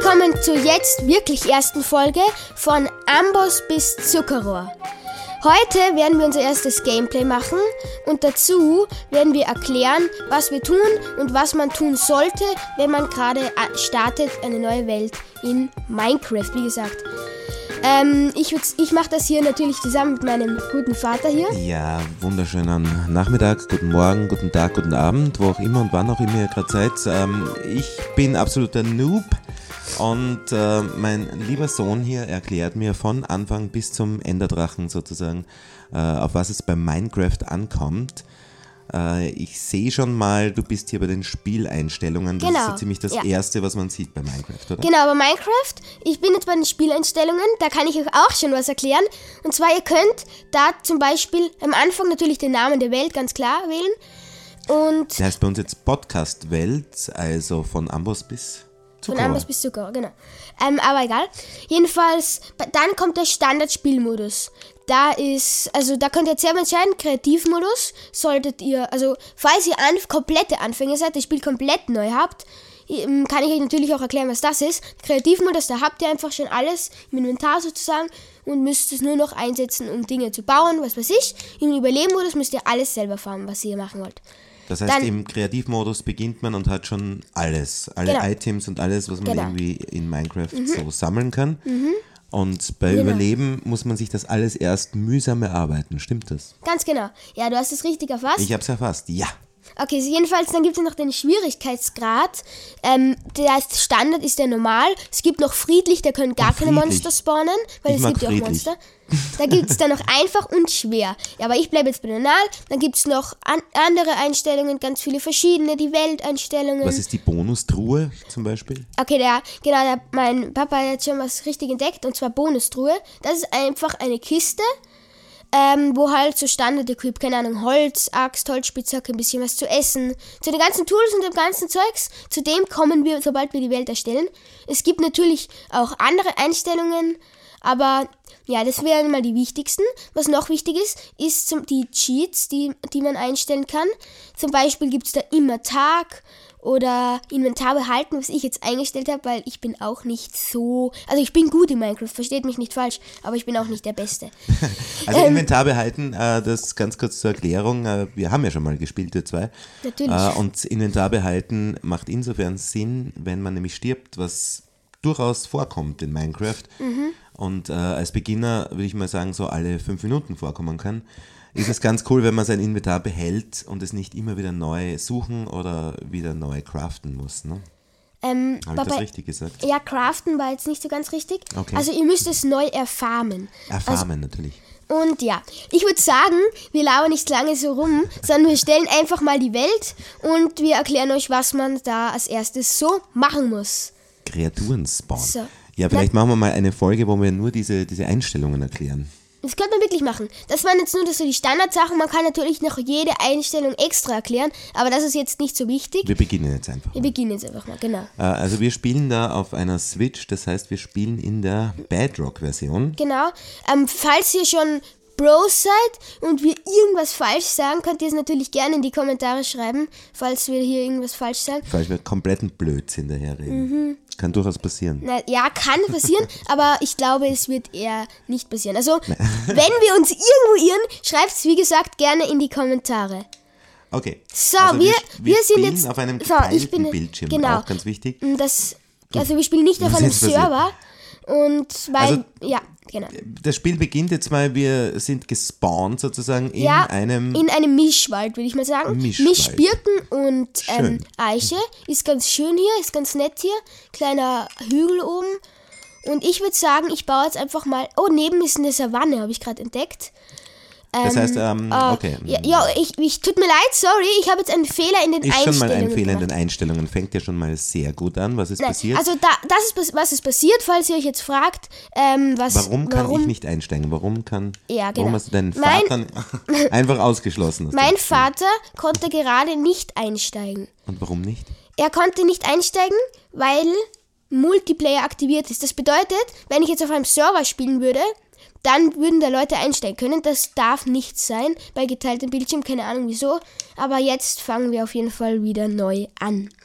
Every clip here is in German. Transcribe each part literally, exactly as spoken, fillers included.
willkommen zur jetzt wirklich ersten Folge von Amboss bis Zuckerrohr. Heute werden wir unser erstes Gameplay machen und dazu werden wir erklären, was wir tun und was man tun sollte, wenn man gerade startet eine neue Welt in Minecraft, wie gesagt. Ähm, ich ich mache das hier natürlich zusammen mit meinem guten Vater hier. Ja, wunderschönen Nachmittag, guten Morgen, guten Tag, guten Abend, wo auch immer und wann auch immer ihr gerade seid. Ähm, ich bin absoluter Noob und äh, mein lieber Sohn hier erklärt mir von Anfang bis zum Enderdrachen sozusagen, äh, auf was es bei Minecraft ankommt. Äh, ich sehe schon mal, du bist hier bei den Spieleinstellungen. Das genau, ist so ziemlich das ja. Erste, was man sieht bei Minecraft, oder? Genau, bei Minecraft. Ich bin jetzt bei den Spieleinstellungen, da kann ich euch auch schon was erklären. Und zwar, ihr könnt da zum Beispiel am Anfang natürlich den Namen der Welt ganz klar wählen. Und der heißt bei uns jetzt Podcast-Welt, also von Amboss bis Zuckerrohr. Von Amboss bis Zuckerrohr, genau. Ähm, aber egal. Jedenfalls, dann kommt der Standardspielmodus. Da ist, also da könnt ihr jetzt selber entscheiden, Kreativmodus solltet ihr, also falls ihr an, komplette Anfänger seid, das Spiel komplett neu habt, kann ich euch natürlich auch erklären, was das ist. Kreativmodus, da habt ihr einfach schon alles im Inventar sozusagen und müsst es nur noch einsetzen, um Dinge zu bauen, was weiß ich. Im Überleben-Modus müsst ihr alles selber farmen, was ihr machen wollt. Das heißt, Dann, im Kreativmodus beginnt man und hat schon alles, alle genau. Items und alles, was man genau. irgendwie in Minecraft mhm. so sammeln kann. Mhm. Und bei genau. Überleben muss man sich das alles erst mühsam erarbeiten, stimmt das? Ganz genau. Ja, du hast es richtig erfasst. Ich hab's erfasst, ja. Okay, so jedenfalls, dann gibt es noch den Schwierigkeitsgrad. Ähm, der Standard ist der normal. Es gibt noch friedlich, da können gar keine Monster spawnen, weil ich es gibt ja auch Monster. Da gibt es dann noch einfach und schwer. Ja, aber ich bleibe jetzt bei normal. Dann gibt es noch an- andere Einstellungen, ganz viele verschiedene, die Welteinstellungen. Was ist die Bonustruhe zum Beispiel? Okay, der, genau, der, mein Papa hat schon was richtig entdeckt, und zwar Bonustruhe. Das ist einfach eine Kiste, Ähm, wo halt so Standard-Equip, keine Ahnung, Holz, Axt, Holzspitzhacke, ein bisschen was zu essen, zu den ganzen Tools und dem ganzen Zeugs, zu dem kommen wir, sobald wir die Welt erstellen. Es gibt natürlich auch andere Einstellungen, aber ja, das wären mal die wichtigsten. Was noch wichtig ist, ist zum, die Cheats, die, die man einstellen kann. Zum Beispiel gibt es da immer Tag oder Inventar behalten, was ich jetzt eingestellt habe, weil ich bin auch nicht so, also ich bin gut in Minecraft, versteht mich nicht falsch, aber ich bin auch nicht der Beste. Also ähm, Inventar behalten, äh, das ganz kurz zur Erklärung, äh, wir haben ja schon mal gespielt, wir zwei. Natürlich. Äh, und Inventar behalten macht insofern Sinn, wenn man nämlich stirbt, was durchaus vorkommt in Minecraft mhm. und äh, als Beginner würde ich mal sagen, so alle fünf Minuten vorkommen kann. Ist es ganz cool, wenn man sein Inventar behält und es nicht immer wieder neu suchen oder wieder neu craften muss, ne? Ähm, Habe ich das richtig gesagt? Ja, craften war jetzt nicht so ganz richtig. Okay. Also ihr müsst es neu erfarmen. Erfarmen, also, natürlich. Und ja, ich würde sagen, wir labern nicht lange so rum, sondern wir stellen einfach mal die Welt und wir erklären euch, was man da als erstes so machen muss. Kreaturen spawnen. So. Ja, Dann, vielleicht machen wir mal eine Folge, wo wir nur diese, diese Einstellungen erklären. Das könnte man wirklich machen. Das waren jetzt nur das so die Standardsachen. Man kann natürlich noch jede Einstellung extra erklären, aber das ist jetzt nicht so wichtig. Wir beginnen jetzt einfach mal. Wir beginnen jetzt einfach mal, genau. Also wir spielen da auf einer Switch, das heißt, wir spielen in der Bedrock-Version. Genau. Ähm, falls ihr schon Bros seid und wir irgendwas falsch sagen, könnt ihr es natürlich gerne in die Kommentare schreiben, falls wir hier irgendwas falsch sagen. Falls wir kompletten Blödsinn daherreden. Mhm. Kann durchaus passieren. Na, ja, kann passieren, aber ich glaube, es wird eher nicht passieren. Also, wenn wir uns irgendwo irren, schreibt es, wie gesagt, gerne in die Kommentare. Okay. So, also wir, wir, wir sind jetzt auf einem so, ich bin, Bildschirm, genau, auch ganz wichtig. Das, also wir spielen nicht auf einem Server. Und weil, also, ja, genau. Das Spiel beginnt jetzt mal, wir sind gespawnt sozusagen in ja, einem... in einem Mischwald, würde ich mal sagen. Mischwald. Mischbirken und ähm, Eiche. Ist ganz schön hier, ist ganz nett hier. Kleiner Hügel oben. Und ich würde sagen, ich baue jetzt einfach mal... Oh, neben ist eine Savanne, habe ich gerade entdeckt. Das heißt, ähm, okay. Ja, ja ich, ich tut mir leid, sorry, ich habe jetzt einen Fehler in den ist Einstellungen. Ist schon mal ein Fehler gemacht. in den Einstellungen, fängt ja schon mal sehr gut an. Was ist Nein, passiert? Also da, das ist, was ist passiert, falls ihr euch jetzt fragt, ähm, was... Warum kann warum, ich nicht einsteigen? Warum kann... Ja, genau. Warum hast du deinen mein, Vater einfach ausgeschlossen? Mein Vater konnte gerade nicht einsteigen. Und warum nicht? Er konnte nicht einsteigen, weil Multiplayer aktiviert ist. Das bedeutet, wenn ich jetzt auf einem Server spielen würde, dann würden da Leute einsteigen können. Das darf nicht sein bei geteiltem Bildschirm, keine Ahnung wieso. Aber jetzt fangen wir auf jeden Fall wieder neu an.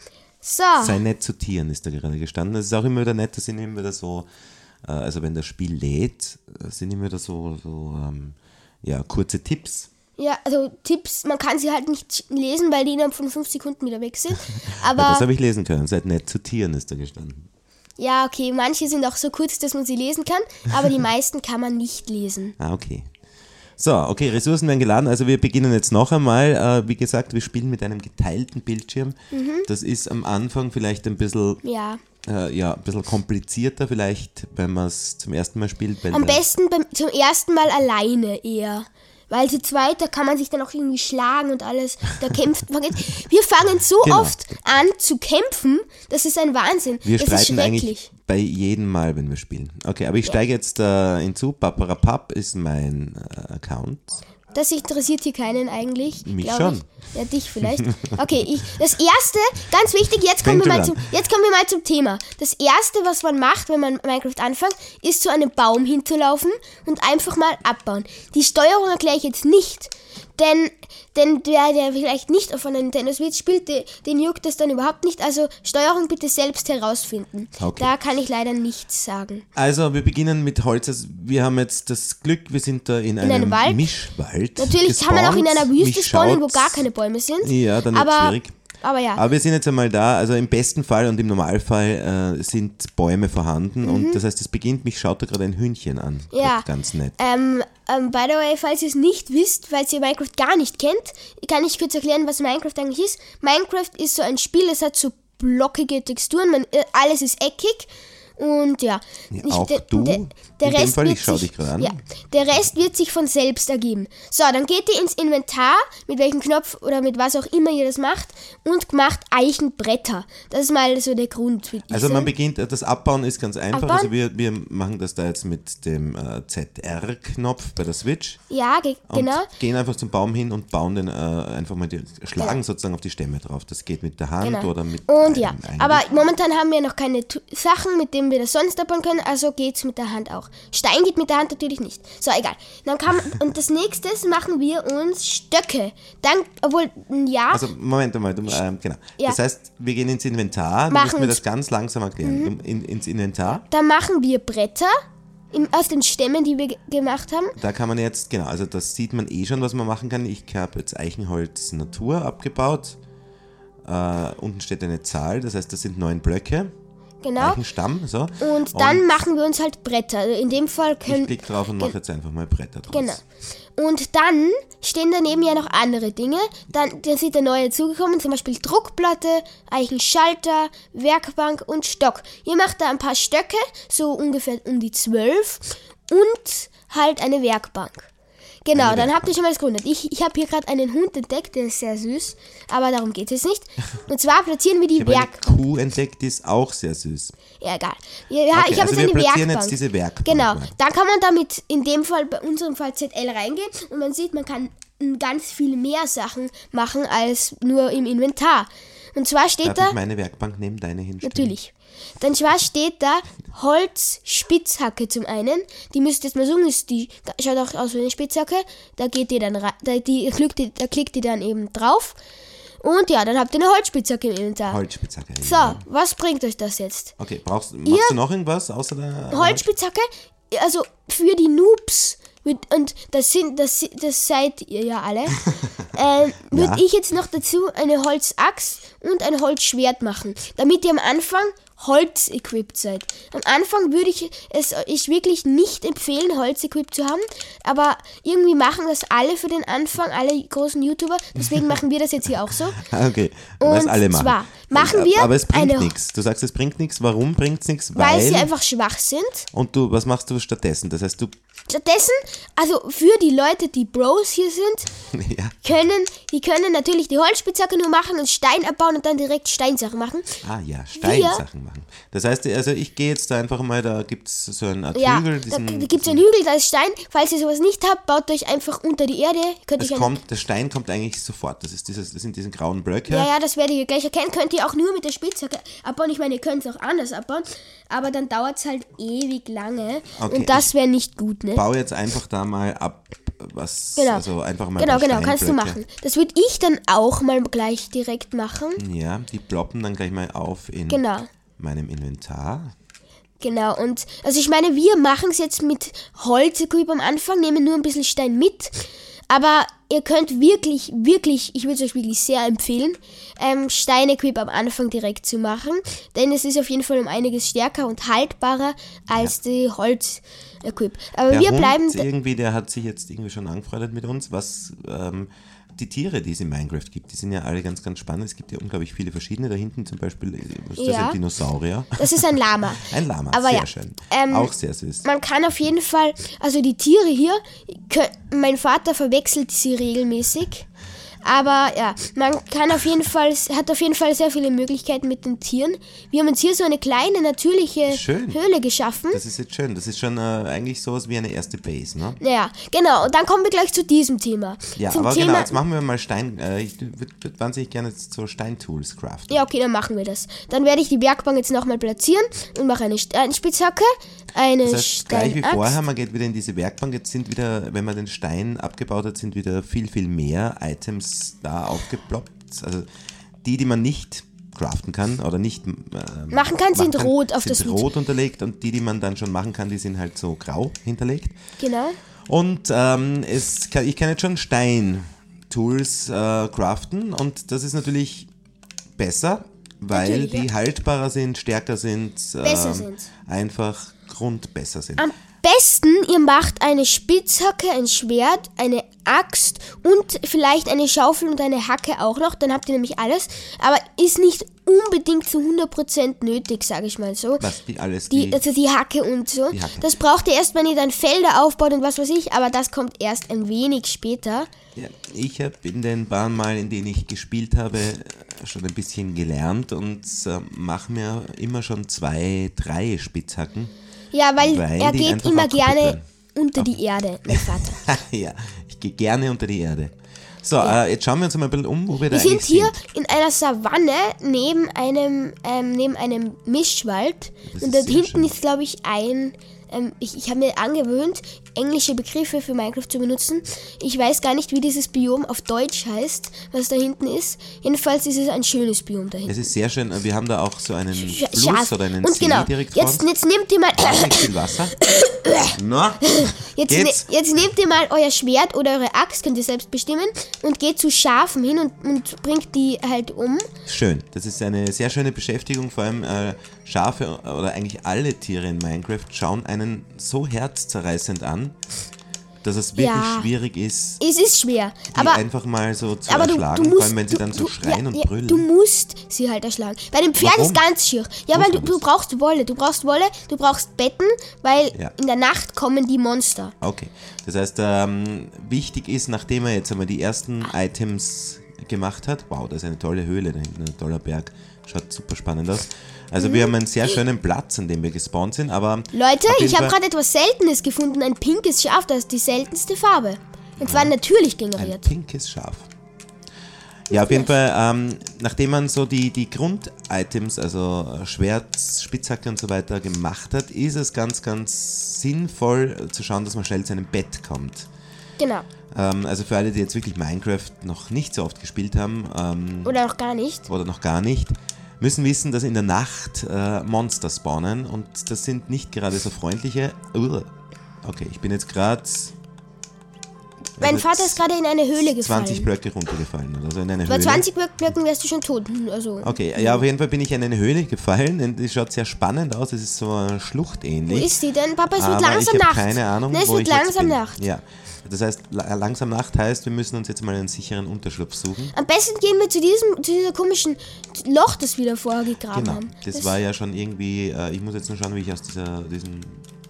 So. Sei nett zu Tieren ist da gerade gestanden. Das ist auch immer wieder nett, das sind immer wieder so, äh, also wenn das Spiel lädt, sind immer wieder so, so ähm, ja, kurze Tipps. Ja, also Tipps, man kann sie halt nicht lesen, weil die innerhalb von fünf Sekunden wieder weg sind. Aber Ja, das habe ich lesen können. Seid nett zu Tieren ist da gestanden. ja, okay, manche sind auch so kurz, dass man sie lesen kann, aber die meisten kann man nicht lesen. Ah, okay. So, okay, Ressourcen werden geladen. Also wir beginnen jetzt noch einmal. Äh, wie gesagt, wir spielen mit einem geteilten Bildschirm. Mhm. Das ist am Anfang vielleicht ein bisschen, Ja. äh, ja, ein bisschen komplizierter, vielleicht, wenn man es zum ersten Mal spielt. Weil Am der- besten beim, zum ersten Mal alleine eher. Weil zu zweit, da kann man sich dann auch irgendwie schlagen und alles. Da kämpft man. Wir fangen so Genau. oft an zu kämpfen, das ist ein Wahnsinn. Wir das ist streiten eigentlich schrecklich. bei jedem Mal, wenn wir spielen. Okay, aber ich steige jetzt äh, hinzu. Paparapap ist mein äh, Account. Das interessiert hier keinen eigentlich. Mich glaub schon. Ich. Ja, dich vielleicht. Okay, ich, das erste, ganz wichtig, jetzt kommen, Fängt wir mal schon zum, jetzt kommen wir mal zum Thema. Das erste, was man macht, wenn man Minecraft anfängt, ist zu einem Baum hinzulaufen und einfach mal abbauen. Die Steuerung erkläre ich jetzt nicht, denn, denn der, der vielleicht nicht auf einer Nintendo Switch spielt, den, den juckt das dann überhaupt nicht. Also Steuerung bitte selbst herausfinden. Okay. Da kann ich leider nichts sagen. Also wir beginnen mit Holz. Also wir haben jetzt das Glück, wir sind da in, einem Wald. Mischwald. Natürlich kann man auch in einer Wüste Mich spawnen, wo schaut's- gar keine Bäume sind. Ja, dann wird es aber, schwierig. aber ja. Aber wir sind jetzt einmal da, also im besten Fall und im Normalfall äh, sind Bäume vorhanden und das heißt, es beginnt, mich schaut da gerade ein Hühnchen an. Mhm. Ja. Grad Ganz nett. Ähm, ähm, by the way, falls ihr es nicht wisst, falls ihr Minecraft gar nicht kennt, kann ich kurz erklären, was Minecraft eigentlich ist. Minecraft ist so ein Spiel, das hat so blockige Texturen, man, äh, alles ist eckig und ja. Ja, Ich- auch der, du? Der, der In dem Rest Fall, wird ich schau sich, dich gerade an. Ja, der Rest wird sich von selbst ergeben. So, dann geht ihr ins Inventar, mit welchem Knopf oder mit was auch immer ihr das macht und macht Eichenbretter. Das ist mal so der Grund. würde ich Also man sagen. beginnt, das Abbauen ist ganz einfach. Abbauen? Also wir, wir machen das da jetzt mit dem äh, Z R-Knopf bei der Switch. Ja, ge Und genau. gehen einfach zum Baum hin und bauen den äh, einfach mal, die, schlagen sozusagen auf die Stämme drauf. Das geht mit der Hand Genau. oder mit Und einem ja, eigentlich. aber momentan haben wir noch keine Tu- Sachen, mit denen wir das sonst abbauen können, also geht's mit der Hand auch. Stein geht mit der Hand natürlich nicht. So, egal. Dann kann und das nächste machen wir uns Stöcke. Dann, obwohl, ja, Also Moment einmal, du, ähm, genau. Ja. Das heißt, wir gehen ins Inventar, du Machen musst mir uns- das ganz langsam erklären. Mhm. In, ins Inventar, dann machen wir Bretter im, aus den Stämmen, die wir ge- gemacht haben. da kann man jetzt, genau, also das sieht man eh schon, was man machen kann. Ich habe jetzt Eichenholz Natur abgebaut. Äh, unten steht eine Zahl, das heißt, das sind neun Blöcke. Genau. Eichenstamm, so. Und dann machen wir uns halt Bretter. Also in dem Fall Ich können. klicke drauf und mache jetzt einfach mal Bretter draus. Genau. Und dann stehen daneben ja noch andere Dinge. Dann, dann sind da neue dazugekommen, zum Beispiel Druckplatte, Eichenschalter, Werkbank und Stock. Ihr macht da ein paar Stöcke, so ungefähr um die zwölf und halt eine Werkbank. Genau, Eine dann habt ihr schon mal das gegründet. Ich, ich habe hier gerade einen Hund entdeckt, der ist sehr süß, aber darum geht es jetzt nicht. Und zwar platzieren wir die Ich habe eine Werkbank. Kuh entdeckt, die ist auch sehr süß. Ja, egal. Ja, ja, Okay, ich habe also jetzt wir eine platzieren Werkbank. jetzt diese Werkbank. Genau, mal. dann kann man damit in dem Fall, bei unserem Fall Z L reingehen und man sieht, man kann ganz viel mehr Sachen machen als nur im Inventar. Und zwar steht Darf da, ich meine Werkbank neben deine hinstellen? natürlich, dann zwar steht da Holzspitzhacke zum einen, die müsst ihr jetzt mal suchen, ist die, schaut auch aus wie eine Spitzhacke, da geht ihr dann rein, da, die, klickt ihr, da klickt ihr dann eben drauf und ja, dann habt ihr eine Holzspitzhacke im Inventar. Holzspitzhacke. So, was bringt euch das jetzt? Okay, brauchst, machst du noch irgendwas außer der Holzspitzhacke, also für die Noobs, mit- und das sind, das, das seid ihr ja alle, ähm, würde Ja. ich jetzt noch dazu eine Holzaxt und ein Holzschwert machen, damit ihr am Anfang Holz-equipped seid. Am Anfang würde ich es euch wirklich nicht empfehlen, Holz-equipped zu haben, aber irgendwie machen das alle für den Anfang, alle großen YouTuber, deswegen machen wir das jetzt hier auch so. Ah, okay, was Und alle machen. zwar machen wir Aber es bringt eine- nichts. Du sagst, es bringt nichts. Warum bringt es nichts? Weil, Weil, sie einfach schwach sind. und du, was machst du stattdessen? Das heißt, du, Stattdessen, also für die Leute, die Bros hier sind, ja, können, die können natürlich die Holzspitzhacke nur machen und Stein abbauen und dann direkt Steinsachen machen. ah ja, Steinsachen machen. machen. Das heißt, also ich gehe jetzt da einfach mal, da gibt es so einen Art Ja, Hügel. da, Diesen, da gibt es einen Hügel, da ist Stein. Falls ihr sowas nicht habt, baut euch einfach unter die Erde. Könnt es euch kommt, der Stein kommt eigentlich sofort. Das, ist dieses, das sind diese grauen Blöcke. Ja, ja, das werdet ihr gleich erkennen. Könnt ihr auch nur mit der Spitzhacke abbauen. Ich meine, ihr könnt es auch anders abbauen. Aber dann dauert es halt ewig lange. Okay, und das wäre nicht gut, ne? Baue jetzt einfach da mal ab, was, Genau. also einfach mal Genau, ein paar genau, kannst du Steinblöcke. machen. Das würde ich dann auch mal gleich direkt machen. Ja, die ploppen dann gleich mal auf in Genau. meinem Inventar. Genau, und also ich meine, wir machen es jetzt mit Holzequip am Anfang, nehmen nur ein bisschen Stein mit, aber ihr könnt wirklich, wirklich, ich würde es euch wirklich sehr empfehlen, ähm, Steine-Equip am Anfang direkt zu machen, denn es ist auf jeden Fall um einiges stärker und haltbarer als ja. die Holz-Equip. Aber der wir Hund bleiben... irgendwie, der hat sich jetzt irgendwie schon angefreundet mit uns, was... Ähm, die Tiere, die es in Minecraft gibt, die sind ja alle ganz, ganz spannend. Es gibt ja unglaublich viele verschiedene. Da hinten zum Beispiel, was ist das, Ja. ein Dinosaurier? Das ist ein Lama. Ein Lama, Aber sehr ja, schön. ähm, Auch sehr süß. Man kann auf jeden Fall, also die Tiere hier, kö- mein Vater verwechselt sie regelmäßig. Aber ja, man kann auf jeden Fall, hat auf jeden Fall sehr viele Möglichkeiten mit den Tieren. Wir haben uns hier so eine kleine, natürliche Schön. Höhle geschaffen. Das ist jetzt schön. Das ist schon äh, eigentlich sowas wie eine erste Base, ne? Ja, genau. Und dann kommen wir gleich zu diesem Thema. Ja, Zum aber Thema, genau, jetzt machen wir mal Stein. Äh, ich würde würd wahnsinnig gerne jetzt so Steintools craften. Ja, okay, dann machen wir das. Dann werde ich die Werkbank jetzt nochmal platzieren und mache eine Steinspitzhacke, eine Das heißt, gleich wie Steinaxt. vorher, man geht wieder in diese Werkbank. Jetzt sind wieder, wenn man den Stein abgebaut hat, sind wieder viel, viel mehr Items da aufgeploppt. Also die, die man nicht craften kann oder nicht ähm, Machen kann, sind rot auf sind das Lied. rot unterlegt und die, die man dann schon machen kann, die sind halt so grau hinterlegt. Genau. Und ähm, es kann, ich kann jetzt schon Steintools äh, craften und das ist natürlich besser, weil Natürlich, die ja. haltbarer sind, stärker sind, ähm, Besser sind. einfach grundbesser sind. Am besten, ihr macht eine Spitzhacke, ein Schwert, eine Axt und vielleicht eine Schaufel und eine Hacke auch noch. Dann habt ihr nämlich alles. Aber ist nicht unbedingt zu hundert Prozent nötig, sage ich mal so. Was, die alles, Die, die, also die Hacke und so. Die Hacke. Das braucht ihr erst, wenn ihr dann Felder aufbaut und was weiß ich. Aber das kommt erst ein wenig später. ja, ich habe in den paar Mal, in denen ich gespielt habe, schon ein bisschen gelernt und äh, mache mir immer schon zwei, drei Spitzhacken. Ja, weil, Weil er die geht einfach immer auch kaputt gerne werden. unter die Erde, mein Vater. Ja, ich gehe gerne unter die Erde. So, äh, jetzt schauen wir uns mal ein bisschen um, wo wir da Wir sind eigentlich hier sind. in einer Savanne neben einem, ähm, neben einem Mischwald. Das Und ist da sehr hinten schön. ist, glaube ich, ein... Ähm, ich ich habe mir angewöhnt, englische Begriffe für Minecraft zu benutzen. Ich weiß gar nicht, wie dieses Biom auf Deutsch heißt, was da hinten ist. Jedenfalls ist es ein schönes Biom da hinten. Es ist sehr schön, wir haben da auch so einen Sch- Fluss scharf. oder einen Und See genau, direkt vor jetzt, uns. jetzt nehmt ihr mal... Wahnsinnig viel Wasser. Na, Jetzt, ne, geht's? jetzt nehmt ihr mal euer Schwert oder eure Axt, könnt ihr selbst bestimmen, und geht zu Schafen hin und, und bringt die halt um. Schön, das ist eine sehr schöne Beschäftigung, vor allem äh, Schafe oder eigentlich alle Tiere in Minecraft schauen einen so herzzerreißend an, dass es wirklich Ja. schwierig ist, Es ist schwer, die aber, einfach mal so zu aber du, erschlagen, du musst... vor allem wenn sie du, dann so du, schreien ja, und ja, brüllen. Du musst sie halt erschlagen. Bei dem Pferd Warum? ist ganz schier. Ja, Muss weil du, man du das? brauchst Wolle, du brauchst Wolle, du brauchst Betten, weil Ja. in der Nacht kommen die Monster. Okay, das heißt, ähm, wichtig ist, nachdem er jetzt einmal die ersten Items gemacht hat, wow, das ist eine tolle Höhle, da hinten ein toller Berg, schaut super spannend aus. Also Mhm. wir haben einen sehr schönen Platz, an dem wir gespawnt sind, aber... Leute, auf jeden ich habe Fall gerade etwas Seltenes gefunden, ein pinkes Schaf, das ist die seltenste Farbe. Und zwar natürlich ein generiert. pinkes Schaf. Ja, auf jeden Fall, ähm, nachdem man so die, die Grund-Items, also Schwert, Spitzhacke und so weiter gemacht hat, ist es ganz, ganz sinnvoll zu schauen, dass man schnell zu einem Bett kommt. Genau. Ähm, also für alle, die jetzt wirklich Minecraft noch nicht so oft gespielt haben, ähm, Oder noch gar nicht. oder noch gar nicht, müssen wissen, dass in der Nacht äh, Monster spawnen und das sind nicht gerade so freundliche. Uh, okay, ich bin jetzt gerade... Mein Vater ist gerade in eine Höhle gefallen. zwanzig Blöcke runtergefallen, also in eine Bei Höhle. zwanzig Blöcken wärst du schon tot. Also, Okay, ja, auf jeden Fall bin ich in eine Höhle gefallen und die schaut sehr spannend aus, es ist so eine Schlucht wo ähnlich. ist sie denn? Papa, es wird aber langsam ich habe Nacht. keine Ahnung, Nein, es wo wird ich jetzt langsam bin. Nacht. Ja, das heißt, la- langsam Nacht heißt, wir müssen uns jetzt mal einen sicheren Unterschlupf suchen. Am besten gehen wir zu diesem, zu dieser komischen Loch, das wir da vorher gegraben Genau, haben. das war ja schon irgendwie, äh, ich muss jetzt nur schauen, wie ich aus dieser, diesem,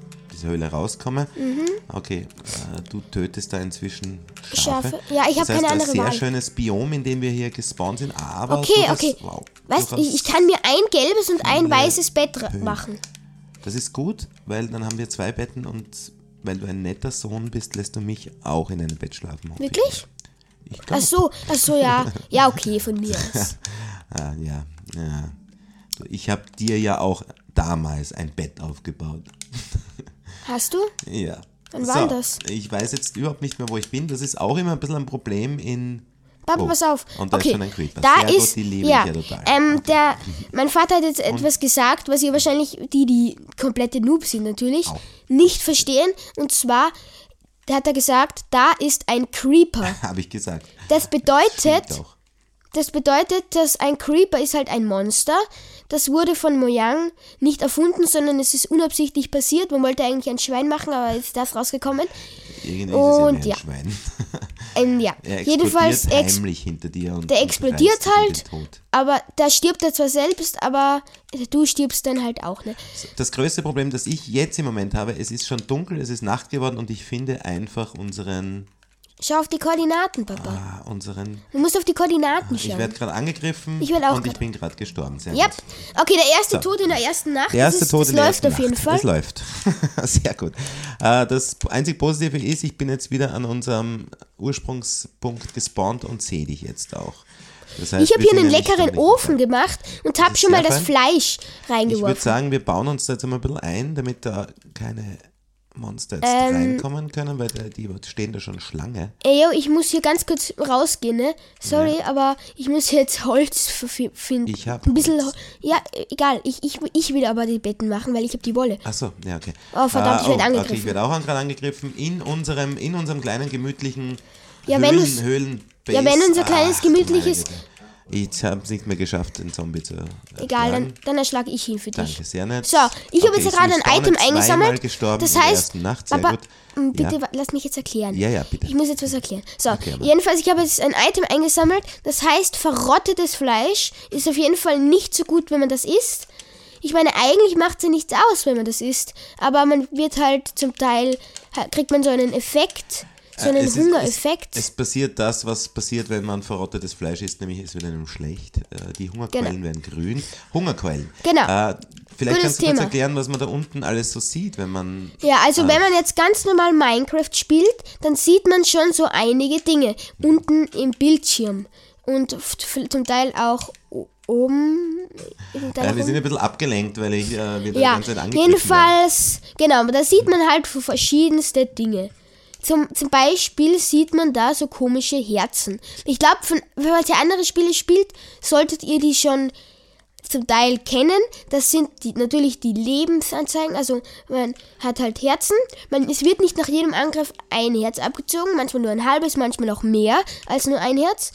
dieser Höhle rauskomme. Mhm. Okay, äh, du tötest da inzwischen Schafe. Schafe. Ja, ich habe keine andere Wahl. Das ist ein Wahl. sehr schönes Biom, in dem wir hier gespawnt sind, aber... Okay, hast, okay. Wow, weißt, ich, ich kann mir ein gelbes und ein weißes Bett Höhen. machen. Das ist gut, weil dann haben wir zwei Betten und weil du ein netter Sohn bist, lässt du mich auch in einem Bett schlafen. Wirklich? Ich glaub. Ach so, ach so, ja. Ja, okay, von mir aus. ah, ja, ja. Ich habe dir ja auch damals ein Bett aufgebaut. Hast du? Ja. Wann war so, das? Ich weiß jetzt überhaupt nicht mehr, wo ich bin. Das ist auch immer ein bisschen ein Problem in... Papa, oh. pass auf. Und da okay. ist schon ein Creeper. Da Sehr ist, gut, die liebe ja, ich ja total. ähm, okay. der, mein Vater hat jetzt etwas gesagt, was ihr wahrscheinlich, die, die komplette Noobs sind natürlich, Au. nicht verstehen. Und zwar, da hat er gesagt, da ist ein Creeper. Habe ich gesagt. Das bedeutet, Stimmt auch. das bedeutet, dass ein Creeper ist halt ein Monster. Das wurde von Mojang nicht erfunden, sondern es ist unabsichtlich passiert. Man wollte eigentlich ein Schwein machen, aber ist das rausgekommen. Irgendwie Und ist es ja, ja. ein Schwein. Ähm, ja, Er jedenfalls explodiert ex- heimlich hinter dir und der und explodiert reißt dich in halt, den Tod. aber da stirbt er zwar selbst, aber du stirbst dann halt auch, ne? Das größte Problem, das ich jetzt im Moment habe, es ist schon dunkel, es ist Nacht geworden und ich finde einfach unseren, Schau auf die Koordinaten, Papa. ah, unseren, Du musst auf die Koordinaten ich schauen. werde gerade angegriffen Ich werd auch und ich grad- bin gerade gestorben. Sehr Ja, gut. okay, der erste So. Tod in der ersten Nacht, Der erste das, ist, Tod das in der läuft ersten auf jeden Nacht. Fall. Es läuft. Sehr gut. Äh, Das einzig Positive ist, ich bin jetzt wieder an unserem Ursprungspunkt gespawnt und sehe dich jetzt auch. Das heißt, Ich habe wir hier sind einen ja nicht leckeren am Ofen Lichten. gemacht und habe ist schon mal sehr das fein. Fleisch Ich würde reingeworfen. sagen, wir bauen uns da jetzt mal ein bisschen ein, damit da keine Monster jetzt Ähm, reinkommen können, weil da, die stehen da schon Schlange. Ey, yo, ich muss hier ganz kurz rausgehen, ne? Sorry, aber ich muss jetzt Holz f- finden. Ich hab ein bisschen. Holz. Ja, egal. Ich, ich, ich will aber die Betten machen, weil ich habe die Wolle. Achso, ja, okay. Oh, verdammt, ich werd oh, angegriffen. Okay, ich werde auch gerade angegriffen. In unserem, in unserem kleinen, gemütlichen Ja, wenn Höhlen, du's- Höhlen Ja, wenn unser kleines, Ach, du meine gemütliches- Güte. Ich habe es nicht mehr geschafft, den Zombie zu Egal, erschlagen. dann, dann erschlage ich ihn für dich. Danke, sehr nett. So, ich habe Okay, jetzt gerade ich bin ein Item zweimal eingesammelt. gestorben Das in der heißt, ersten Nacht, sehr Papa, gut. m, bitte Ja. wa- lass mich jetzt erklären. Ja, ja, bitte. Ich muss jetzt was erklären. So, Okay, aber- jedenfalls, ich habe jetzt ein Item eingesammelt. Das heißt, verrottetes Fleisch ist auf jeden Fall nicht so gut, wenn man das isst. Ich meine, eigentlich macht es ja nichts aus, wenn man das isst. Aber man wird halt zum Teil, ha- kriegt man so einen Effekt, so einen Äh, es ist- Hungereffekt. Es, es passiert das, was passiert, wenn man verrottetes Fleisch isst, nämlich es wird einem schlecht. Äh, Die Hungerquellen Genau. werden grün. Hungerquellen. Genau. Äh, vielleicht Gutes kannst du kurz Thema. erklären, was man da unten alles so sieht, wenn man... Ja, also wenn man jetzt ganz normal Minecraft spielt, dann sieht man schon so einige Dinge unten im Bildschirm und f- f- zum Teil auch o- oben. zum Teil Äh, auch wir sind oben. ein bisschen abgelenkt, weil ich äh, wir da die Ja, ganze Zeit angegriffen werden. jedenfalls, genau, da sieht man halt so verschiedenste Dinge. Zum, zum Beispiel sieht man da so komische Herzen. Ich glaube, wenn ihr andere Spiele spielt, solltet ihr die schon zum Teil kennen. Das sind die, natürlich die Lebensanzeigen. Also man hat halt Herzen. Man, es wird nicht nach jedem Angriff ein Herz abgezogen. Manchmal nur ein halbes, manchmal auch mehr als nur ein Herz.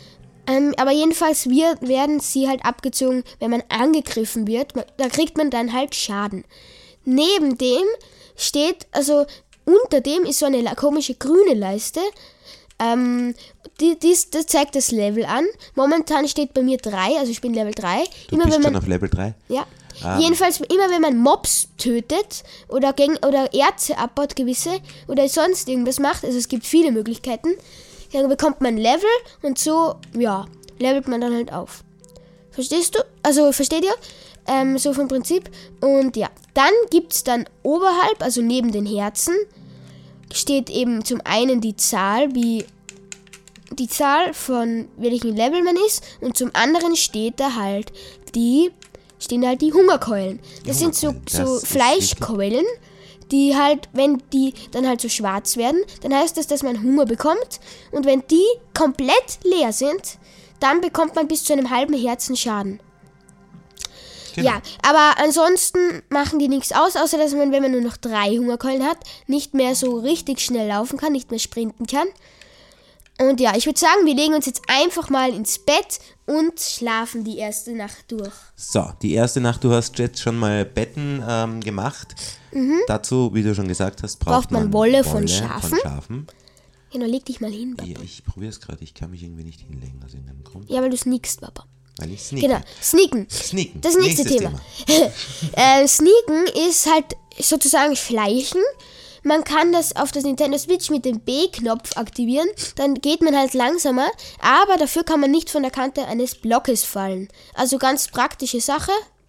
Ähm, aber jedenfalls wir, werden sie halt abgezogen, wenn man angegriffen wird. Da kriegt man dann halt Schaden. Neben dem steht, also unter dem ist so eine la- komische grüne Leiste. Ähm, die, dies, das zeigt das Level an. Momentan steht bei mir drei, also ich bin Level drei. Du Immer bist wenn schon man, auf Level drei? ja. Ah. Jedenfalls immer wenn man Mobs tötet oder, gegen, oder Erze abbaut gewisse oder sonst irgendwas macht, also es gibt viele Möglichkeiten, dann bekommt man Level und so, ja, levelt man dann halt auf. Verstehst du? Also versteht ihr? Ähm, so vom Prinzip. Und ja, dann gibt es dann oberhalb, also neben den Herzen, steht eben zum einen die Zahl, wie die Zahl von welchem Level man ist, und zum anderen steht da halt die, stehen halt die Hungerkeulen. Das sind so, Hungerkeulen, so das ist Fleischkeulen, die halt, wenn die dann halt so schwarz werden, dann heißt das, dass man Hunger bekommt, und wenn die komplett leer sind, dann bekommt man bis zu einem halben Herzen Schaden. Genau. Ja, aber ansonsten machen die nichts aus, außer dass man, wenn man nur noch drei Hungerkeulen hat, nicht mehr so richtig schnell laufen kann, nicht mehr sprinten kann. Und ja, ich würde sagen, wir legen uns jetzt einfach mal ins Bett und schlafen die erste Nacht durch. So, die erste Nacht, du hast jetzt schon mal Betten ähm, gemacht. Dazu, wie du schon gesagt hast, braucht, Braucht man Wolle von Schafen. Von Schafen. Genau, leg dich mal hin, Papa. Ja, ich probiere es gerade, ich kann mich irgendwie nicht hinlegen aus irgendeinem Grund. Ja, weil du snickst, Papa. weil ich sneake. Genau, sneaken. Sneaken. Das nächste Nächstes Thema. äh, sneaken ist halt sozusagen Schleichen. Man kann das auf das Nintendo Switch mit dem B-Knopf aktivieren, dann geht man halt langsamer, aber dafür kann man nicht von der Kante eines Blockes fallen. Also ganz praktische Sache.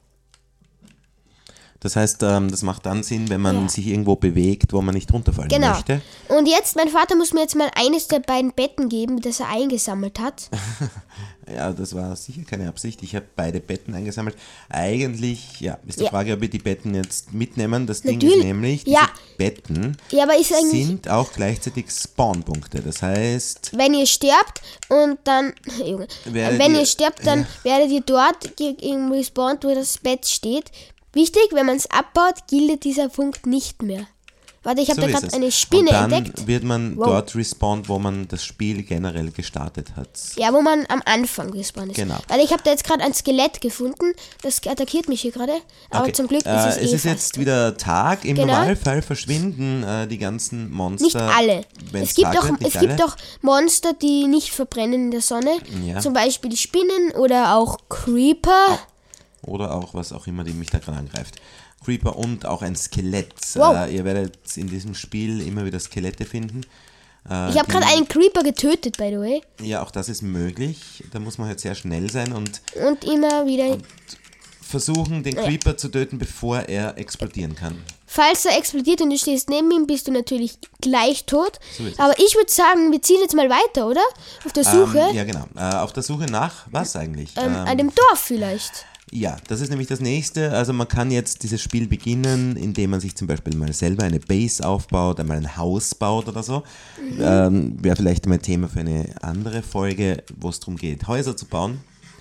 Das heißt, ähm, das macht dann Sinn, wenn man Ja. sich irgendwo bewegt, wo man nicht runterfallen Genau. möchte. Und jetzt, mein Vater muss mir jetzt mal eines der beiden Betten geben, das er eingesammelt hat. Ja, das war sicher keine Absicht. Ich habe beide Betten eingesammelt. Eigentlich, ja, ist die Ja. Frage, ob wir die Betten jetzt mitnehmen. Das Ding Natürlich. ist nämlich, diese Ja. Betten Ja, aber ist eigentlich, sind auch gleichzeitig Spawnpunkte. Das heißt, wenn ihr sterbt und dann, Junge, Werdet wenn ihr- ihr sterbt, dann ja. werdet ihr dort ge- irgendwo gespawnt, wo das Bett steht. Wichtig, wenn man es abbaut, gilt dieser Punkt nicht mehr. Warte, ich habe so da ist gerade es. eine Spinne Und dann entdeckt. wird man Wow. dort respawnt, wo man das Spiel generell gestartet hat. Ja, wo man am Anfang gespawnt ist. Genau. Weil ich habe da jetzt gerade ein Skelett gefunden, das attackiert mich hier gerade. Aber Okay. zum Glück ist äh, es eh es ist fast jetzt wieder Tag. Im Genau. Normalfall verschwinden äh, die ganzen Monster. Nicht alle. wenn's Es gibt, Tag auch, wird, nicht es gibt alle. auch Monster, die nicht verbrennen in der Sonne. Ja. Zum Beispiel die Spinnen oder auch Creeper. Oder auch was auch immer, die mich da gerade angreift. Creeper und auch ein Skelett. Wow. Äh, ihr werdet in diesem Spiel immer wieder Skelette finden. Äh, Ich habe die- gerade einen Creeper getötet, by the way. Ja, auch das ist möglich. Da muss man halt sehr schnell sein und Und immer wieder. versuchen, den Creeper zu töten, bevor er explodieren kann. Falls er explodiert und du stehst neben ihm, bist du natürlich gleich tot. So ist es. Aber ich würde sagen, wir ziehen jetzt mal weiter, oder? Auf der Suche Ähm, ja, genau. Äh, auf der Suche nach was eigentlich? ähm, Ähm, an dem Dorf vielleicht. Ja, das ist nämlich das nächste. Also man kann jetzt dieses Spiel beginnen, indem man sich zum Beispiel mal selber eine Base aufbaut, einmal ein Haus baut oder so. Ähm, Wäre vielleicht mal Thema für eine andere Folge, wo es darum geht, Häuser zu bauen.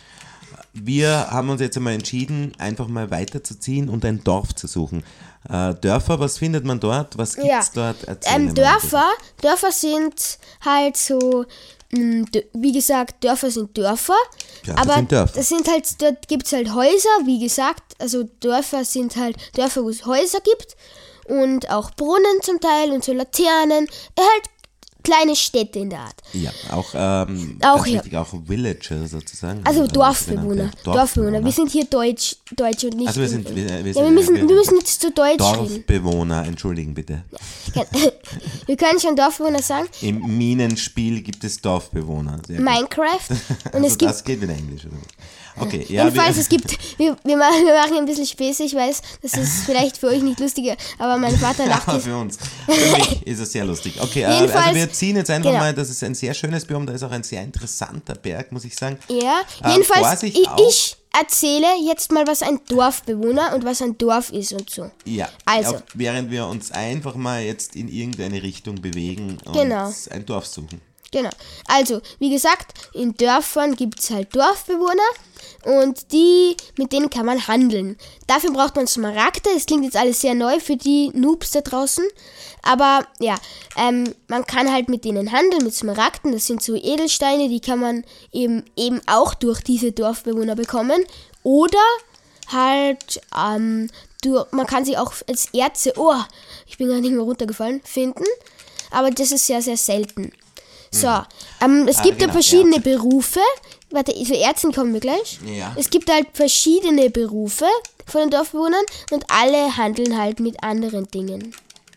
Wir haben uns jetzt einmal entschieden, einfach mal weiterzuziehen und ein Dorf zu suchen. Äh, Dörfer, was findet man dort? Was gibt es Ja. dort? Erzähl Ähm, mir mal Dörfer, Dörfer sind halt so, mh, dö- wie gesagt, Dörfer sind Dörfer. Dörfer aber sind Dörfer. das sind halt, dort gibt es halt Häuser, wie gesagt. Also Dörfer sind halt Dörfer, wo es Häuser gibt. Und auch Brunnen zum Teil und so Laternen. Äh, halt kleine Städte in der Art. bitte. Ja, auch, ähm, Auch, ganz ja. wichtig, auch Villager sozusagen. Also Äh, Dorfbewohner. sogenannte Dorfbewohner. Wir sind hier Deutsch, Deutsch und nicht. Also wir sind, wir, wir sind ja, wir müssen, wir- wir müssen jetzt zu Deutsch reden. Dorfbewohner, entschuldigen bitte. Wir können schon Dorfbewohner sagen. Im Minenspiel gibt es Dorfbewohner. Sehr gut. Minecraft. Und Also es gibt das geht wieder Englisch, oder? Okay, ja. Jedenfalls, wir, es gibt, wir, wir, machen, wir machen ein bisschen Späße, ich weiß, das ist vielleicht für euch nicht lustiger, aber mein Vater lacht aber jetzt. für uns. Für mich ist es sehr lustig. Okay, äh, also Jedenfalls- wir ziehen jetzt einfach genau. mal, das ist ein sehr schönes Biom, da ist auch ein sehr interessanter Berg, muss ich sagen. Ja, Ähm, jedenfalls, Vorsicht ich, auch. ich erzähle jetzt mal, was ein Dorfbewohner und was ein Dorf ist und so. Ja, Also. auf, während wir uns einfach mal jetzt in irgendeine Richtung bewegen und Genau. ein Dorf suchen. Genau. Also, wie gesagt, in Dörfern gibt es halt Dorfbewohner und die, mit denen kann man handeln. Dafür braucht man Smaragde. Das klingt jetzt alles sehr neu für die Noobs da draußen. Aber ja, ähm, man kann halt mit denen handeln, mit Smaragden. Das sind so Edelsteine, die kann man eben, eben auch durch diese Dorfbewohner bekommen. Oder halt, ähm, durch, man kann sie auch als Erze, oh, ich bin gar nicht mehr runtergefallen, finden. Aber das ist sehr, sehr selten. So, ähm, es Ah, gibt ja genau, verschiedene Erze. Berufe. Warte, zu Ärzten kommen wir gleich. Ja. Es gibt halt verschiedene Berufe von den Dorfbewohnern und alle handeln halt mit anderen Dingen.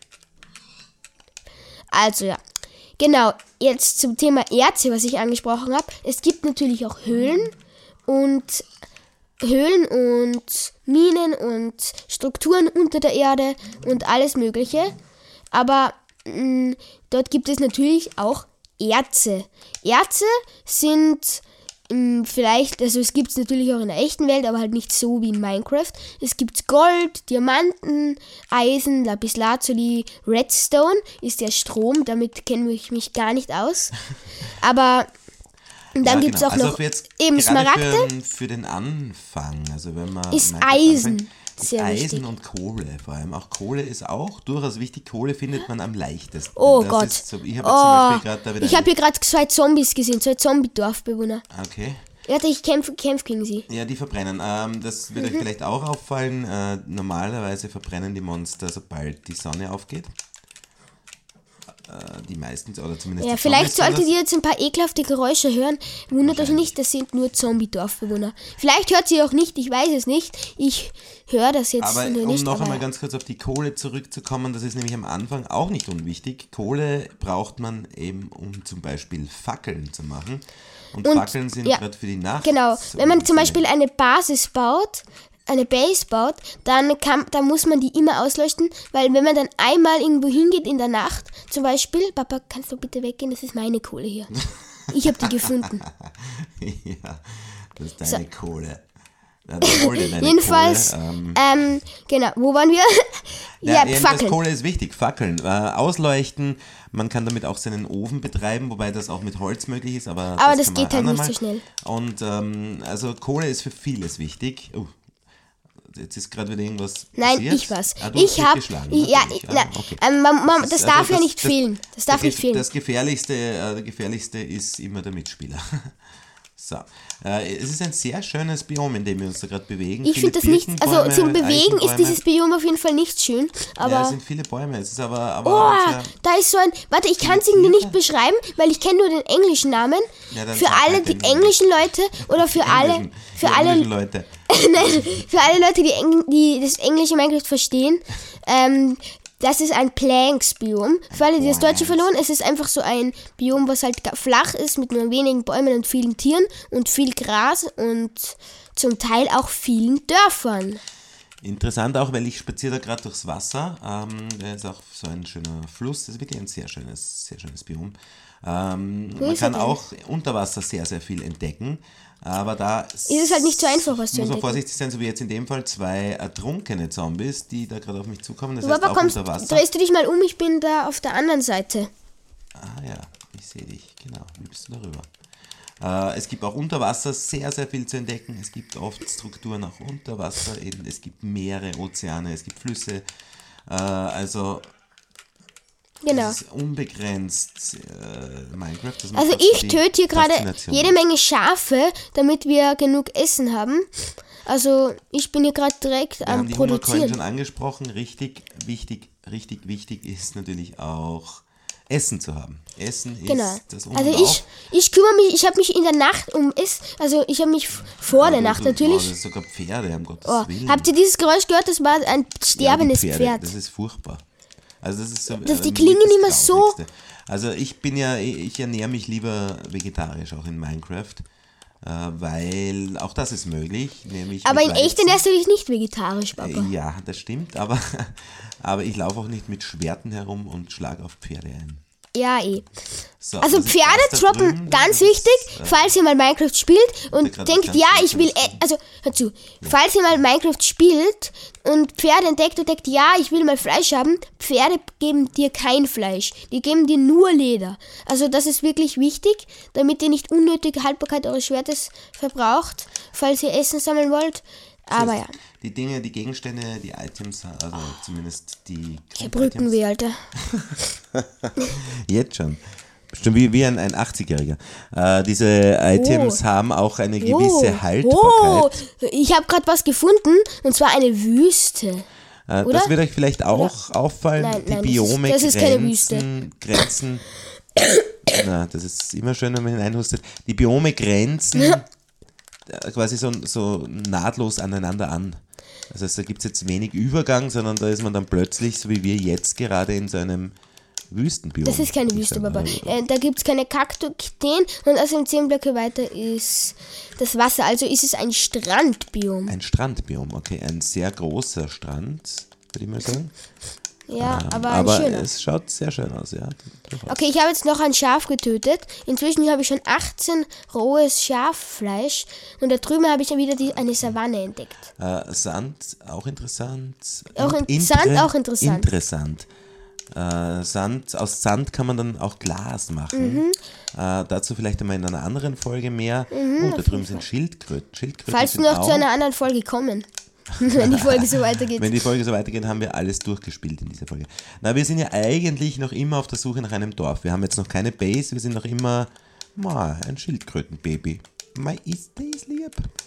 Also ja, genau, jetzt zum Thema Erze, was ich angesprochen habe. Es gibt natürlich auch Höhlen und Höhlen und Minen und Strukturen unter der Erde und alles Mögliche. Aber mh, dort gibt es natürlich auch Erze. Erze sind mh, vielleicht, also es gibt es natürlich auch in der echten Welt, aber halt nicht so wie in Minecraft. Es gibt Gold, Diamanten, Eisen, Lapislazuli, Redstone ist der Strom, damit kenne ich mich gar nicht aus. Aber dann Ja, gibt es genau. auch also noch für jetzt eben gerade Smaragde. Für, für den Anfang, also wenn man Ist Minecraft Eisen anfängt, ist sehr Eisen wichtig. und Kohle vor allem. Auch Kohle ist auch durchaus wichtig. Kohle findet man am leichtesten. Oh Das Gott. Ist so, ich habe oh, zum Beispiel gerade da wieder... ich habe hier gerade zwei Zombies gesehen, zwei Zombie-Dorfbewohner. Okay. Warte, ich kämpfe kämpf gegen sie. Ja, die verbrennen. Ähm, das wird Mhm. euch vielleicht auch auffallen. Äh, normalerweise verbrennen die Monster, sobald die Sonne aufgeht. äh, die meisten, oder zumindest Ja, die vielleicht Zombies tun solltet ihr jetzt ein paar ekelhafte Geräusche hören. Wundert euch nicht, das sind nur Zombie-Dorfbewohner. Vielleicht hört sie auch nicht, ich weiß es nicht. Ich höre das jetzt Aber nur um nicht. noch aber einmal ja. ganz kurz auf die Kohle zurückzukommen, das ist nämlich am Anfang auch nicht unwichtig. Kohle braucht man eben, um zum Beispiel Fackeln zu machen. Und, Und, Fackeln sind ja, gerade für die Nacht. Genau, so wenn man zum sehr- Beispiel eine Basis baut, eine Base baut, dann, kann, dann muss man die immer ausleuchten, weil wenn man dann einmal irgendwo hingeht in der Nacht, zum Beispiel, Papa, kannst du bitte weggehen, das ist meine Kohle hier. Ich habe die gefunden. Ja, das ist deine Kohle. Ja, das hol dir deine Jedenfalls, Kohle. Ähm, ähm, genau, wo waren wir? Ja, ja, jedenfalls Fackeln. Kohle ist wichtig, Fackeln, äh, ausleuchten, man kann damit auch seinen Ofen betreiben, wobei das auch mit Holz möglich ist, aber, Aber das das kann man geht halt nicht andermal. so schnell. Und ähm, also Kohle ist für vieles wichtig. Uh, jetzt ist gerade wieder irgendwas Nein, passiert. ich was. Ah, du Ich hast habe, geschlagen, ja, natürlich. ich, Ah, na, okay. ähm, man, man, das Also darf ja das- nicht das- fehlen. Das darf der nicht Ge- fehlen. Das gefährlichste, äh, der gefährlichste ist immer der Mitspieler. So, äh, es ist ein sehr schönes Biom, in dem wir uns da gerade bewegen. Ich Viele finde das nicht, also Birkenbäume, zum Bewegen ist Eichenbäume. dieses Biom auf jeden Fall nicht schön, aber... Ja, es sind viele Bäume, es ist aber... aber Oh, sehr, da ist so ein. Warte, ich kann es irgendwie nicht beschreiben, weil ich kenne nur den englischen Namen. Ja, dann Für sag alle halt die den englischen Leute oder für alle, Englischen- für die alle, englischen Leute. nein, für alle Leute, die, Eng, die das englische Minecraft verstehen. Ähm, das ist ein Planks-Biom. Für alle, die das Deutsche verloren, es ist einfach so ein Biom, was halt ga- flach ist mit nur wenigen Bäumen und vielen Tieren und viel Gras und zum Teil auch vielen Dörfern. Interessant auch, weil ich spaziere da gerade durchs Wasser. Ähm, da ist auch so ein schöner Fluss. Das ist wirklich ein sehr schönes, sehr schönes Biom. Ähm, man ist er kann denn? auch unter Wasser sehr, sehr viel entdecken. Aber da Ist es halt nicht so einfach, was zu muss man entdecken. vorsichtig sein, so wie jetzt in dem Fall zwei ertrunkene Zombies, die da gerade auf mich zukommen. Das Du, heißt Papa, auch kommst, unter Wasser. drehst du dich mal um, ich bin da auf der anderen Seite. Ah ja, ich sehe dich, genau. Wie bist du darüber? Äh, es gibt auch unter Wasser sehr, sehr viel zu entdecken. Es gibt oft Strukturen auch unter Wasser. Eben, es gibt Meere, Ozeane, es gibt Flüsse. Äh, also Genau. es ist unbegrenzt äh, Minecraft. Das macht Also auch so ich die töte hier gerade Faszination jede Menge Schafe, damit wir genug Essen haben. Also ich bin hier gerade direkt Wir am haben die Hungerkeulen Produzieren. schon angesprochen. Richtig, wichtig, richtig wichtig ist natürlich auch Essen zu haben. Essen ist Genau. das Um Also und ich, Auf. ich kümmere mich, ich habe mich in der Nacht um Essen, also ich habe mich vor der Oh, Nacht du- Oh, natürlich. das ist sogar Pferde, um Gottes Oh, Willen. habt ihr dieses Geräusch gehört? Das war ein Ja, die sterbendes Pferde, Pferd. Das ist furchtbar. Also das ist so, Das- die äh, klingen das immer so- Grauslichste. Also ich bin ja, ich ernähre mich lieber vegetarisch auch in Minecraft, äh, weil auch das ist möglich, nämlich Aber mit in echt Weizen. ernährst du dich nicht vegetarisch, Papa. Äh, Ja, das stimmt, aber, aber ich laufe auch nicht mit Schwerten herum und schlage auf Pferde ein. Ja, eh. So, Also das ist Pferde das da droppen, drüben, ganz das ist, wichtig, äh, falls ihr mal Minecraft spielt und gerade denkt, ganz ja, kurz ich will, was äh, also hör zu, falls ihr mal Minecraft spielt und Pferde entdeckt und denkt, ja, ich will mal Fleisch haben, Pferde geben dir kein Fleisch, die geben dir nur Leder. Also das ist wirklich wichtig, damit ihr nicht unnötige Haltbarkeit eures Schwertes verbraucht, falls ihr Essen sammeln wollt. Aber ja, Die Dinge, die Gegenstände, die Items, also zumindest die ich hab Grunditems. Rückenweh, Alter. Jetzt schon. Bestimmt wie, wie ein, ein achtzigjähriger. Äh, diese Items Oh. haben auch eine gewisse Oh, Haltbarkeit. ich habe gerade was gefunden und zwar eine Wüste. Äh, oder? das wird euch vielleicht auch auffallen. Nein, die nein, das ist- Biome das ist keine Grenzen, Grenzen. Na, das ist immer schön, wenn man hineinhustet. Die Biome grenzen äh, quasi so, so nahtlos aneinander an. Das heißt, da gibt es jetzt wenig Übergang, sondern da ist man dann plötzlich, so wie wir jetzt gerade in so einem Wüstenbiom. Das ist keine würde ich Wüste, sagen. Papa. Also, Äh, da gibt es keine Kakteen und aus dem zehn Blöcke weiter ist das Wasser. Also ist es ein Strandbiom. Ein Strandbiom, okay, ein sehr großer Strand, würde ich mal sagen. Ja, Ähm, aber ein aber schöner. es schaut sehr schön aus, ja. durchaus. Okay, ich habe jetzt noch ein Schaf getötet. Inzwischen habe ich schon achtzehn rohes Schaffleisch und da drüben habe ich dann wieder die, eine Savanne entdeckt. Äh, Sand, auch interessant. Auch In- in- Sand auch interessant. Interessant. Äh, Sand, aus Sand kann man dann auch Glas machen. Mhm. Äh, dazu vielleicht einmal in einer anderen Folge mehr. oh, da drüben sind Schildkröten. Schildkröten Falls sind wir noch auch, zu einer anderen Folge kommen, wenn die Folge so weitergeht. Wenn die Folge so weitergeht, haben wir alles durchgespielt in dieser Folge. Na, wir sind ja eigentlich noch immer auf der Suche nach einem Dorf. Wir haben jetzt noch keine Base, wir sind noch immer ma, ein Schildkrötenbaby. Mei, ist das lieb.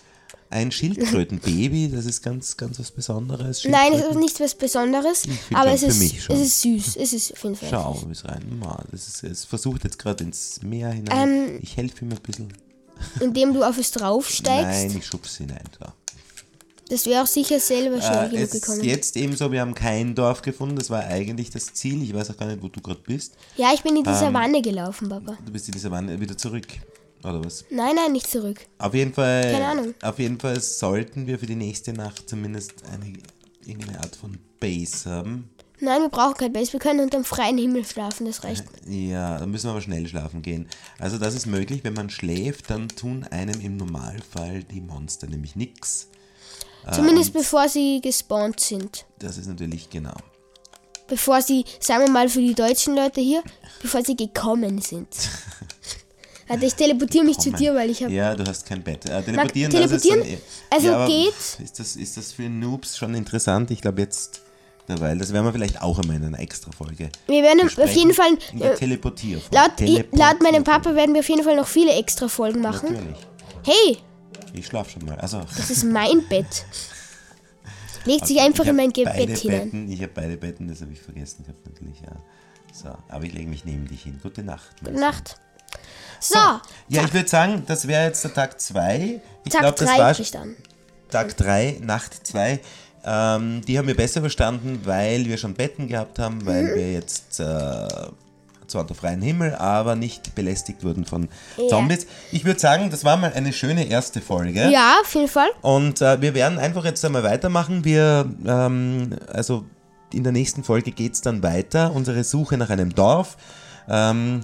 ein Schildkrötenbaby, das ist ganz, ganz was Besonderes. Nein, es ist nichts was Besonderes, aber es ist, mich schon. es ist süß. Es ist auf jeden Fall. Schau, wie es rein. Das ist, es versucht jetzt gerade ins Meer hinein. Ähm, ich helfe ihm ein bisschen. Indem du auf es draufsteigst? Nein, ich schub's hinein. So. Das wäre auch sicher selber schnell äh, genug es gekommen. Ist jetzt ebenso, wir haben kein Dorf gefunden, das war eigentlich das Ziel. Ich weiß auch gar nicht, wo du gerade bist. Ja, ich bin in die Savanne ähm, gelaufen, Papa. Du bist in die Savanne wieder zurück, oder was? Nein, nein, nicht zurück. Auf jeden Fall, Keine Ahnung. Auf jeden Fall sollten wir für die nächste Nacht zumindest eine irgendeine Art von Base haben. Nein, wir brauchen kein Base, wir können unter dem freien Himmel schlafen, das reicht. Ja, dann müssen wir aber schnell schlafen gehen. Also das ist möglich, wenn man schläft, dann tun einem im Normalfall die Monster nämlich nichts. Zumindest äh, bevor sie gespawnt sind. Das ist natürlich genau. Bevor sie, sagen wir mal für die deutschen Leute hier, bevor sie gekommen sind. Also ich teleportiere mich zu dir, weil ich habe... Ja, du hast kein Bett. Äh, teleportieren, Mag, teleportieren das ist dann, also ja, geht... Ist das, ist das für Noobs schon interessant? Ich glaube jetzt... Weil das werden wir vielleicht auch einmal in einer Extra-Folge. Wir werden auf jeden Fall. Äh, Teleportier laut, laut meinem Papa werden wir auf jeden Fall noch viele Extra-Folgen machen. Natürlich. Hey! Ich schlaf schon mal. Also. Das ist mein Bett. Legt okay, sich einfach in mein Bett hinein. Betten, ich habe beide Betten, das habe ich vergessen. Ich habe natürlich, ja. So, aber ich lege mich neben dich hin. Gute Nacht. Gute Nacht. So. so. Ja, ich würde sagen, das wäre jetzt der Tag zwei. Tag drei das war Tag drei, Nacht zwei. Ähm, die haben wir besser verstanden, weil wir schon Betten gehabt haben, weil mhm. wir jetzt äh, zwar unter freiem Himmel, aber nicht belästigt wurden von ja. Zombies. Ich würde sagen, das war mal eine schöne erste Folge. Ja, auf jeden Fall. Und äh, wir werden einfach jetzt einmal weitermachen. Wir, ähm, also in der nächsten Folge geht es dann weiter, unsere Suche nach einem Dorf. Ähm,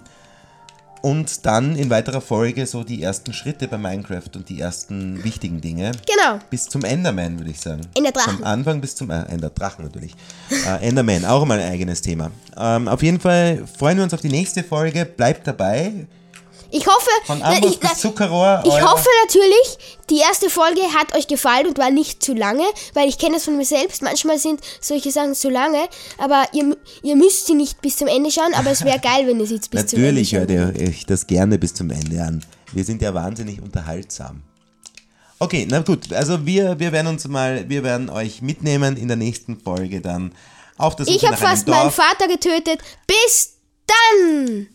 Und dann in weiterer Folge so die ersten Schritte bei Minecraft und die ersten wichtigen Dinge. Genau. Bis zum Enderman, würde ich sagen. Enderdrachen. Vom Anfang bis zum... Äh, Enderdrachen natürlich. äh, Enderman, auch mal ein eigenes Thema. Ähm, auf jeden Fall freuen wir uns auf die nächste Folge. Bleibt dabei. Ich hoffe... Von Amboss ich, bis Zuckerrohr. Ich hoffe natürlich, die erste Folge hat euch gefallen und war nicht zu lange, weil ich kenne das von mir selbst. Manchmal sind solche Sachen zu lange, aber ihr, ihr müsst sie nicht bis zum Ende schauen, aber es wäre geil, wenn ihr sie jetzt bis zum Ende schaut. Natürlich hört ihr euch das gerne bis zum Ende an. Wir sind ja wahnsinnig unterhaltsam. Okay, na gut, also wir, wir werden uns mal, wir werden euch mitnehmen in der nächsten Folge dann auf das Suche Ich habe fast meinen Vater getötet. Bis dann!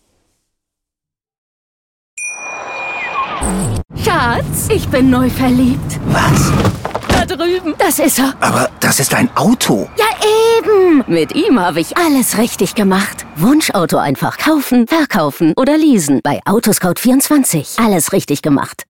Schatz, ich bin neu verliebt. Was? Da drüben. Das ist er. Aber das ist ein Auto. Ja, eben. Mit ihm habe ich alles richtig gemacht. Wunschauto einfach kaufen, verkaufen oder leasen. Bei Autoscout vierundzwanzig. Alles richtig gemacht.